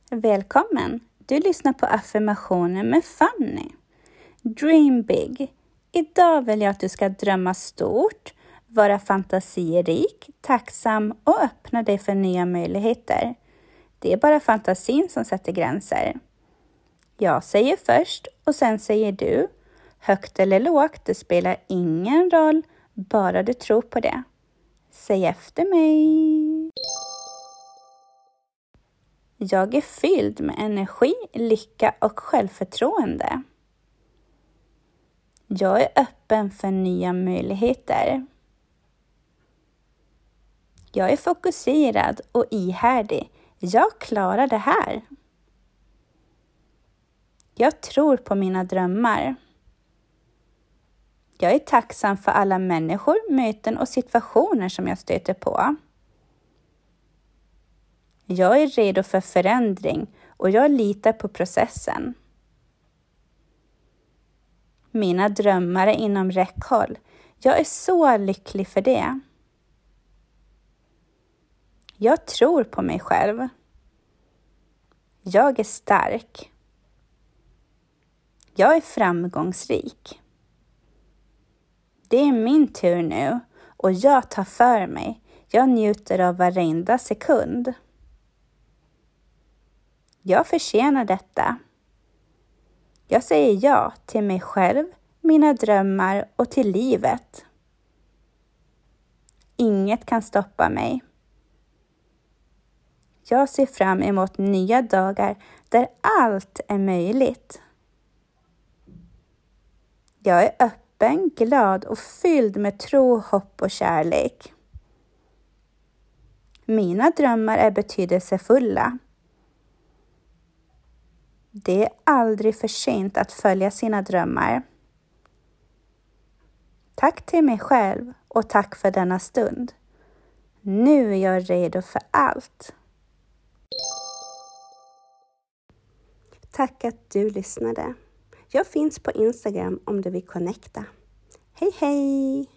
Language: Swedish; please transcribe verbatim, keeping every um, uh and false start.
Välkommen! Du lyssnar på affirmationer med Fanny. Dream big. Idag vill jag att du ska drömma stort, vara fantasirik, tacksam och öppna dig för nya möjligheter. Det är bara fantasin som sätter gränser. Jag säger först och sen säger du. Högt eller lågt, det spelar ingen roll, bara du tror på det. Säg efter mig. Jag är fylld med energi, lycka och självförtroende. Jag är öppen för nya möjligheter. Jag är fokuserad och ihärdig. Jag klarar det här. Jag tror på mina drömmar. Jag är tacksam för alla människor, möten och situationer som jag stöter på. Jag är redo för förändring och jag litar på processen. Mina drömmar är inom räckhåll. Jag är så lycklig för det. Jag tror på mig själv. Jag är stark. Jag är framgångsrik. Det är min tur nu och jag tar för mig. Jag njuter av varenda sekund. Jag förtjänar detta. Jag säger ja till mig själv, mina drömmar och till livet. Inget kan stoppa mig. Jag ser fram emot nya dagar där allt är möjligt. Jag är öppen, glad och fylld med tro, hopp och kärlek. Mina drömmar är betydelsefulla. Det är aldrig för sent att följa sina drömmar. Tack till mig själv och tack för denna stund. Nu är jag redo för allt. Tack att du lyssnade. Jag finns på Instagram om du vill connecta. Hej hej!